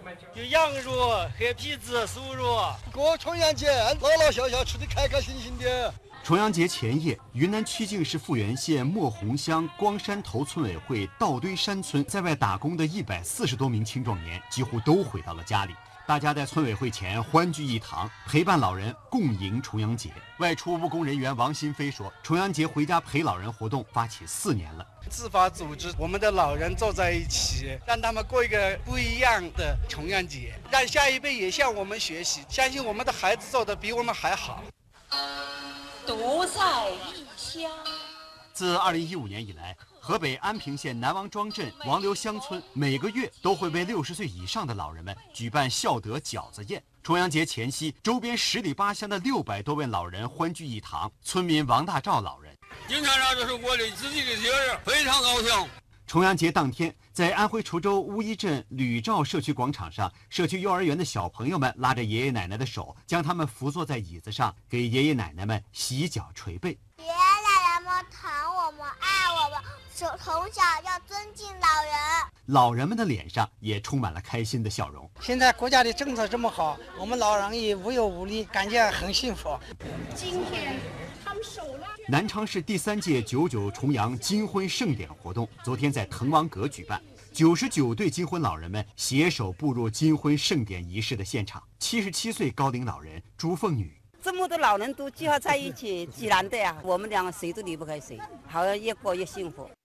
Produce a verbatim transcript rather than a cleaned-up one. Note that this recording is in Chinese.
有羊肉、黑皮子、酥肉。 过重阳节，老老小小吃的开开心心的。 重阳节前夜，云南曲靖市富源县莫洪乡光山头村委会道堆山村在外打工的一百四十多名青壮年几乎都回到了家里。大家在村委会前欢聚一堂，陪伴老人共迎重阳节。外出务工人员王新飞说，重阳节回家陪老人活动发起四年了， 自发组织我们的老人坐在一起，让他们过一个不一样的重阳节，让下一辈也向我们学习，相信我们的孩子做的比我们还好。 独在异乡。 自二零一五年以来，河北安平县南王庄镇王刘乡村每个月都会为六十岁以上的老人们举办孝德饺子宴。重阳节前夕，周边十里八乡的六百多位老人欢聚一堂。村民王大照老人：“ 今天上这是我的自己的节日，非常高兴。” 重阳节当天，在安徽滁州乌衣镇吕兆社区广场上，社区幼儿园的小朋友们拉着爷爷奶奶的手，将他们扶坐在椅子上，给爷爷奶奶们洗脚捶背。 爷爷奶奶们疼我们，爱我们，从小要尊敬老人。 老人们的脸上也充满了开心的笑容。 现在国家的政策这么好，我们老人也无忧无虑，感觉很幸福。 今天他们手了。 南昌市第三届九九重阳金婚盛典活动昨天在滕王阁举办，九十九对金婚老人们携手步入金婚盛典仪式的现场。七十七岁高龄老人朱凤女：“ 这么多老人都结合在一起，几难得啊！我们两个谁都离不开谁，好像越过越幸福。”